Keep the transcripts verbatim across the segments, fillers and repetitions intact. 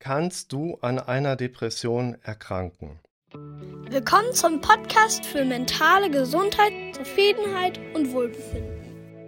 kannst du an einer Depression erkranken? Willkommen zum Podcast für mentale Gesundheit, Zufriedenheit und Wohlbefinden.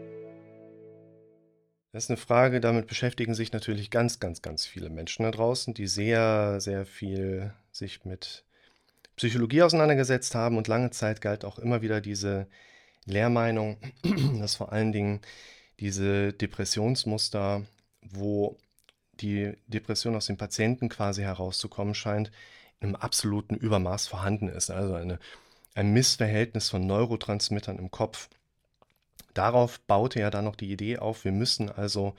Das ist eine Frage, damit beschäftigen sich natürlich ganz, ganz, ganz viele Menschen da draußen, die sehr, sehr viel sich mit Psychologie auseinandergesetzt haben. Und lange Zeit galt auch immer wieder diese Lehrmeinung, dass vor allen Dingen diese Depressionsmuster, wo die Depression aus dem Patienten quasi herauszukommen scheint, in einem absoluten Übermaß vorhanden ist. Also eine, ein Missverhältnis von Neurotransmittern im Kopf. Darauf baute ja dann noch die Idee auf, wir müssen also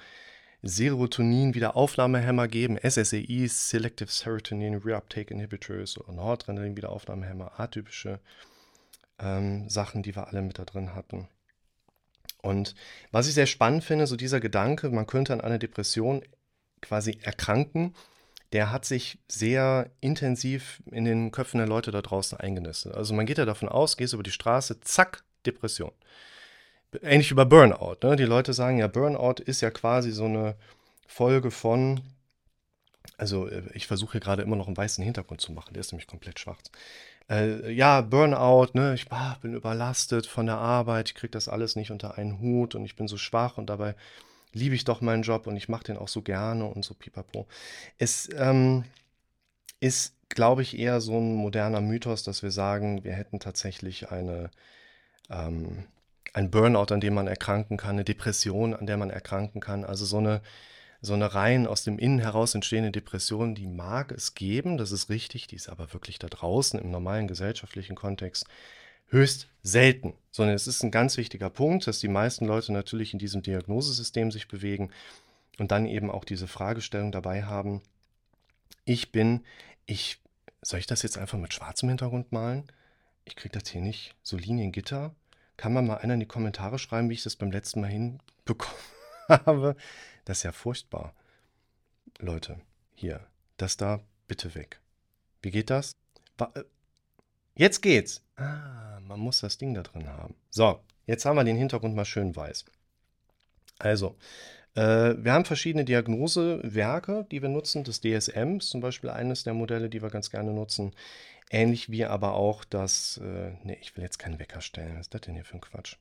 Serotonin-Wiederaufnahmehämmer geben, S S R Is, Selective Serotonin Reuptake Inhibitors oder Noradrenalin-Wiederaufnahmehämmer, atypische ähm, Sachen, die wir alle mit da drin hatten. Und was ich sehr spannend finde, so dieser Gedanke, man könnte an einer Depression quasi erkranken, der hat sich sehr intensiv in den Köpfen der Leute da draußen eingenistet. Also man geht ja davon aus, gehst über die Straße, zack, Depression. Ähnlich wie bei Burnout. Ne? Die Leute sagen ja, Burnout ist ja quasi so eine Folge von, also ich versuche hier gerade immer noch einen weißen Hintergrund zu machen, der ist nämlich komplett schwarz. Äh, ja, Burnout, ne? ich ah, bin überlastet von der Arbeit, ich kriege das alles nicht unter einen Hut und ich bin so schwach und dabei liebe ich doch meinen Job und ich mache den auch so gerne und so pipapo. Es ähm, ist, glaube ich, eher so ein moderner Mythos, dass wir sagen, wir hätten tatsächlich eine, ähm, ein Burnout, an dem man erkranken kann, eine Depression, an der man erkranken kann. Also so eine, so eine rein aus dem Innen heraus entstehende Depression, die mag es geben, das ist richtig, die ist aber wirklich da draußen im normalen gesellschaftlichen Kontext höchst selten, sondern es ist ein ganz wichtiger Punkt, dass die meisten Leute natürlich in diesem Diagnosesystem sich bewegen und dann eben auch diese Fragestellung dabei haben, ich bin, ich, soll ich das jetzt einfach mit schwarzem Hintergrund malen? Ich kriege das hier nicht, so Liniengitter. Kann man mal einer in die Kommentare schreiben, wie ich das beim letzten Mal hinbekommen habe? Das ist ja furchtbar. Leute, hier, das da, bitte weg. Wie geht das? Wa- äh, Jetzt geht's. Ah, man muss das Ding da drin haben. So, jetzt haben wir den Hintergrund mal schön weiß. Also, äh, wir haben verschiedene Diagnosewerke, die wir nutzen. Das D S M ist zum Beispiel eines der Modelle, die wir ganz gerne nutzen. Ähnlich wie aber auch das, äh, ne, ich will jetzt keinen Wecker stellen. Was ist das denn hier für ein Quatsch?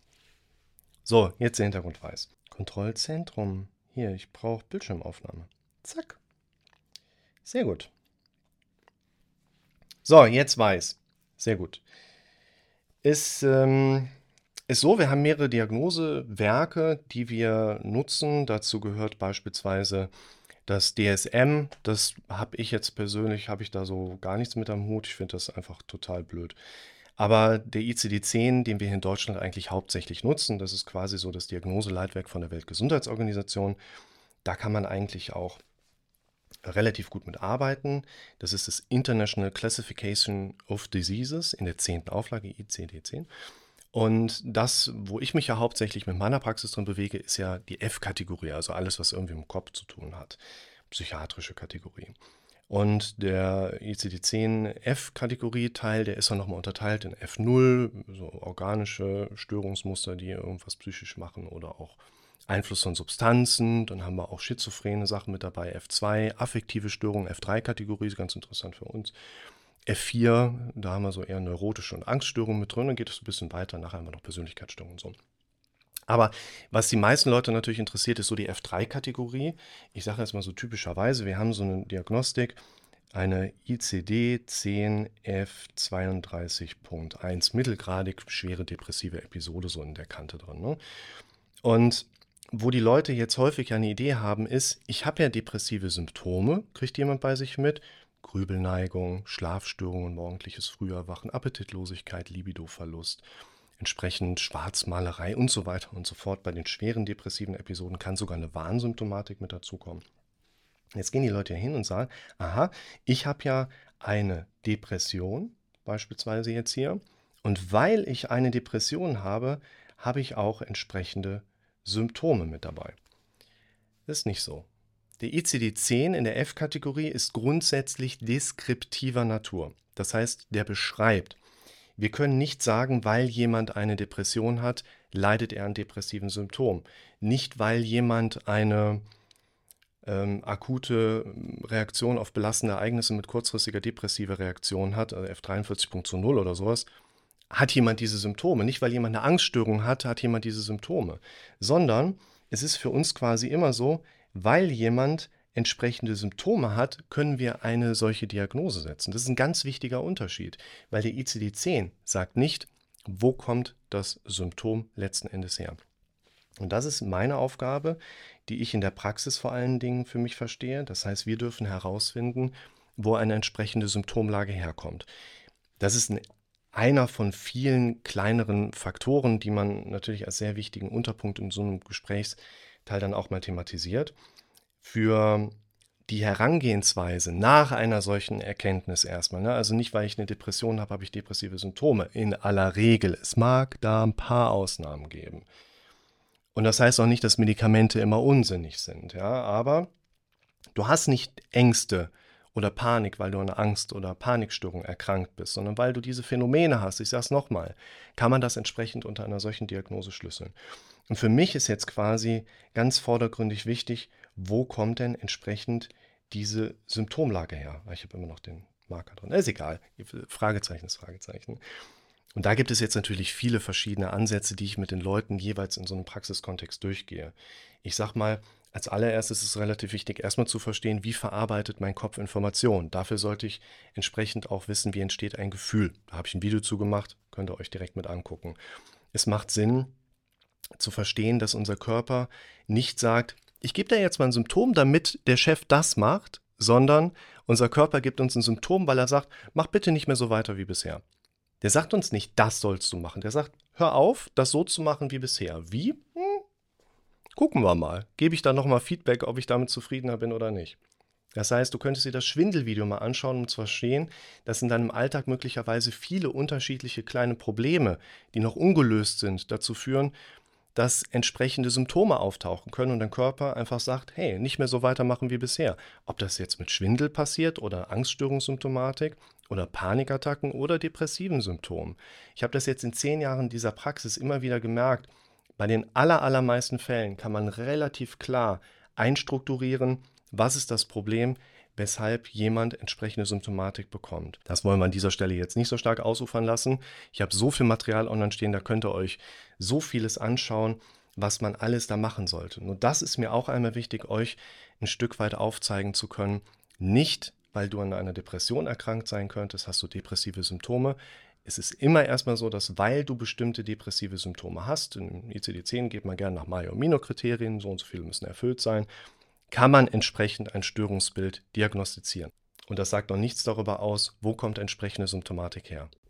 So, jetzt der Hintergrund weiß. Kontrollzentrum. Hier, ich brauche Bildschirmaufnahme. Zack. Sehr gut. So, jetzt weiß. Sehr gut. Ist, ähm, ist so, wir haben mehrere Diagnosewerke, die wir nutzen. Dazu gehört beispielsweise das D S M. Das habe ich jetzt persönlich, habe ich da so gar nichts mit am Hut. Ich finde das einfach total blöd. Aber der I C D zehn, den wir hier in Deutschland eigentlich hauptsächlich nutzen, das ist quasi so das Diagnoseleitwerk von der Weltgesundheitsorganisation. Da kann man eigentlich auch relativ gut mit arbeiten. Das ist das International Classification of Diseases in der zehnten Auflage, I C D zehn. Und das, wo ich mich ja hauptsächlich mit meiner Praxis drin bewege, ist ja die F-Kategorie, also alles, was irgendwie mit dem Kopf zu tun hat. Psychiatrische Kategorie. Und der I C D zehn F-Kategorie-Teil, der ist dann nochmal unterteilt in F null, so organische Störungsmuster, die irgendwas psychisch machen oder auch Einfluss von Substanzen. Dann haben wir auch schizophrene Sachen mit dabei, F zwei, affektive Störungen, F drei Kategorie, ist ganz interessant für uns. F vier, da haben wir so eher neurotische und Angststörungen mit drin, dann geht es ein bisschen weiter, nachher haben wir noch Persönlichkeitsstörungen und so. Aber was die meisten Leute natürlich interessiert, ist so die F drei Kategorie. Ich sage jetzt mal so typischerweise, wir haben so eine Diagnostik, eine I C D zehn F zweiunddreißig Punkt eins, mittelgradig schwere depressive Episode, so in der Kante drin. Ne? Und wo die Leute jetzt häufig eine Idee haben, ist, ich habe ja depressive Symptome, kriegt jemand bei sich mit, Grübelneigung, Schlafstörungen, morgendliches Früherwachen, Appetitlosigkeit, Libidoverlust, entsprechend Schwarzmalerei und so weiter und so fort. Bei den schweren depressiven Episoden kann sogar eine Warnsymptomatik mit dazukommen. Jetzt gehen die Leute hin und sagen, aha, ich habe ja eine Depression, beispielsweise jetzt hier, und weil ich eine Depression habe, habe ich auch entsprechende Symptome mit dabei. Das ist nicht so. Der I C D zehn in der F-Kategorie ist grundsätzlich deskriptiver Natur. Das heißt, der beschreibt. Wir können nicht sagen, weil jemand eine Depression hat, leidet er an depressiven Symptomen. Nicht, weil jemand eine ähm, akute Reaktion auf belastende Ereignisse mit kurzfristiger depressiver Reaktion hat, also F dreiundvierzig Punkt null oder sowas, hat jemand diese Symptome. Nicht, weil jemand eine Angststörung hat, hat jemand diese Symptome, sondern es ist für uns quasi immer so, weil jemand entsprechende Symptome hat, können wir eine solche Diagnose setzen. Das ist ein ganz wichtiger Unterschied, weil der I C D zehn sagt nicht, wo kommt das Symptom letzten Endes her. Und das ist meine Aufgabe, die ich in der Praxis vor allen Dingen für mich verstehe. Das heißt, wir dürfen herausfinden, wo eine entsprechende Symptomlage herkommt. Das ist ein, einer von vielen kleineren Faktoren, die man natürlich als sehr wichtigen Unterpunkt in so einem Gesprächsteil dann auch mal thematisiert. Für die Herangehensweise nach einer solchen Erkenntnis erstmal, ne? Also nicht, weil ich eine Depression habe, habe ich depressive Symptome. In aller Regel. Es mag da ein paar Ausnahmen geben. Und das heißt auch nicht, dass Medikamente immer unsinnig sind, ja, aber du hast nicht Ängste oder Panik, weil du an Angst- oder Panikstörung erkrankt bist, sondern weil du diese Phänomene hast. Ich sage es nochmal, kann man das entsprechend unter einer solchen Diagnose schlüsseln. Und für mich ist jetzt quasi ganz vordergründig wichtig, wo kommt denn entsprechend diese Symptomlage her? Ich habe immer noch den Marker drin. Ist egal. Fragezeichen ist Fragezeichen. Und da gibt es jetzt natürlich viele verschiedene Ansätze, die ich mit den Leuten jeweils in so einem Praxiskontext durchgehe. Ich sag mal, als allererstes ist es relativ wichtig, erstmal zu verstehen, wie verarbeitet mein Kopf Informationen. Dafür sollte ich entsprechend auch wissen, wie entsteht ein Gefühl. Da habe ich ein Video zu gemacht, könnt ihr euch direkt mit angucken. Es macht Sinn zu verstehen, dass unser Körper nicht sagt, ich gebe dir jetzt mal ein Symptom, damit der Chef das macht, sondern unser Körper gibt uns ein Symptom, weil er sagt, mach bitte nicht mehr so weiter wie bisher. Der sagt uns nicht, das sollst du machen. Der sagt, hör auf, das so zu machen wie bisher. Wie? Hm, gucken wir mal. Gebe ich dann nochmal Feedback, ob ich damit zufriedener bin oder nicht. Das heißt, du könntest dir das Schwindelvideo mal anschauen, um zu verstehen, dass in deinem Alltag möglicherweise viele unterschiedliche kleine Probleme, die noch ungelöst sind, dazu führen, dass entsprechende Symptome auftauchen können und dein Körper einfach sagt, hey, nicht mehr so weitermachen wie bisher. Ob das jetzt mit Schwindel passiert oder Angststörungssymptomatik oder Panikattacken oder depressiven Symptomen. Ich habe das jetzt in zehn Jahren dieser Praxis immer wieder gemerkt. Bei den aller, allermeisten Fällen kann man relativ klar einstrukturieren, was ist das Problem, weshalb jemand entsprechende Symptomatik bekommt. Das wollen wir an dieser Stelle jetzt nicht so stark ausufern lassen. Ich habe so viel Material online stehen, da könnt ihr euch so vieles anschauen, was man alles da machen sollte. Nur das ist mir auch einmal wichtig, euch ein Stück weit aufzeigen zu können. Nicht, weil du an einer Depression erkrankt sein könntest, hast du depressive Symptome. Es ist immer erstmal so, dass weil du bestimmte depressive Symptome hast, im I C D zehn geht man gerne nach Major-Minor-Kriterien, so und so viele müssen erfüllt sein, kann man entsprechend ein Störungsbild diagnostizieren. Und das sagt noch nichts darüber aus, wo kommt entsprechende Symptomatik her.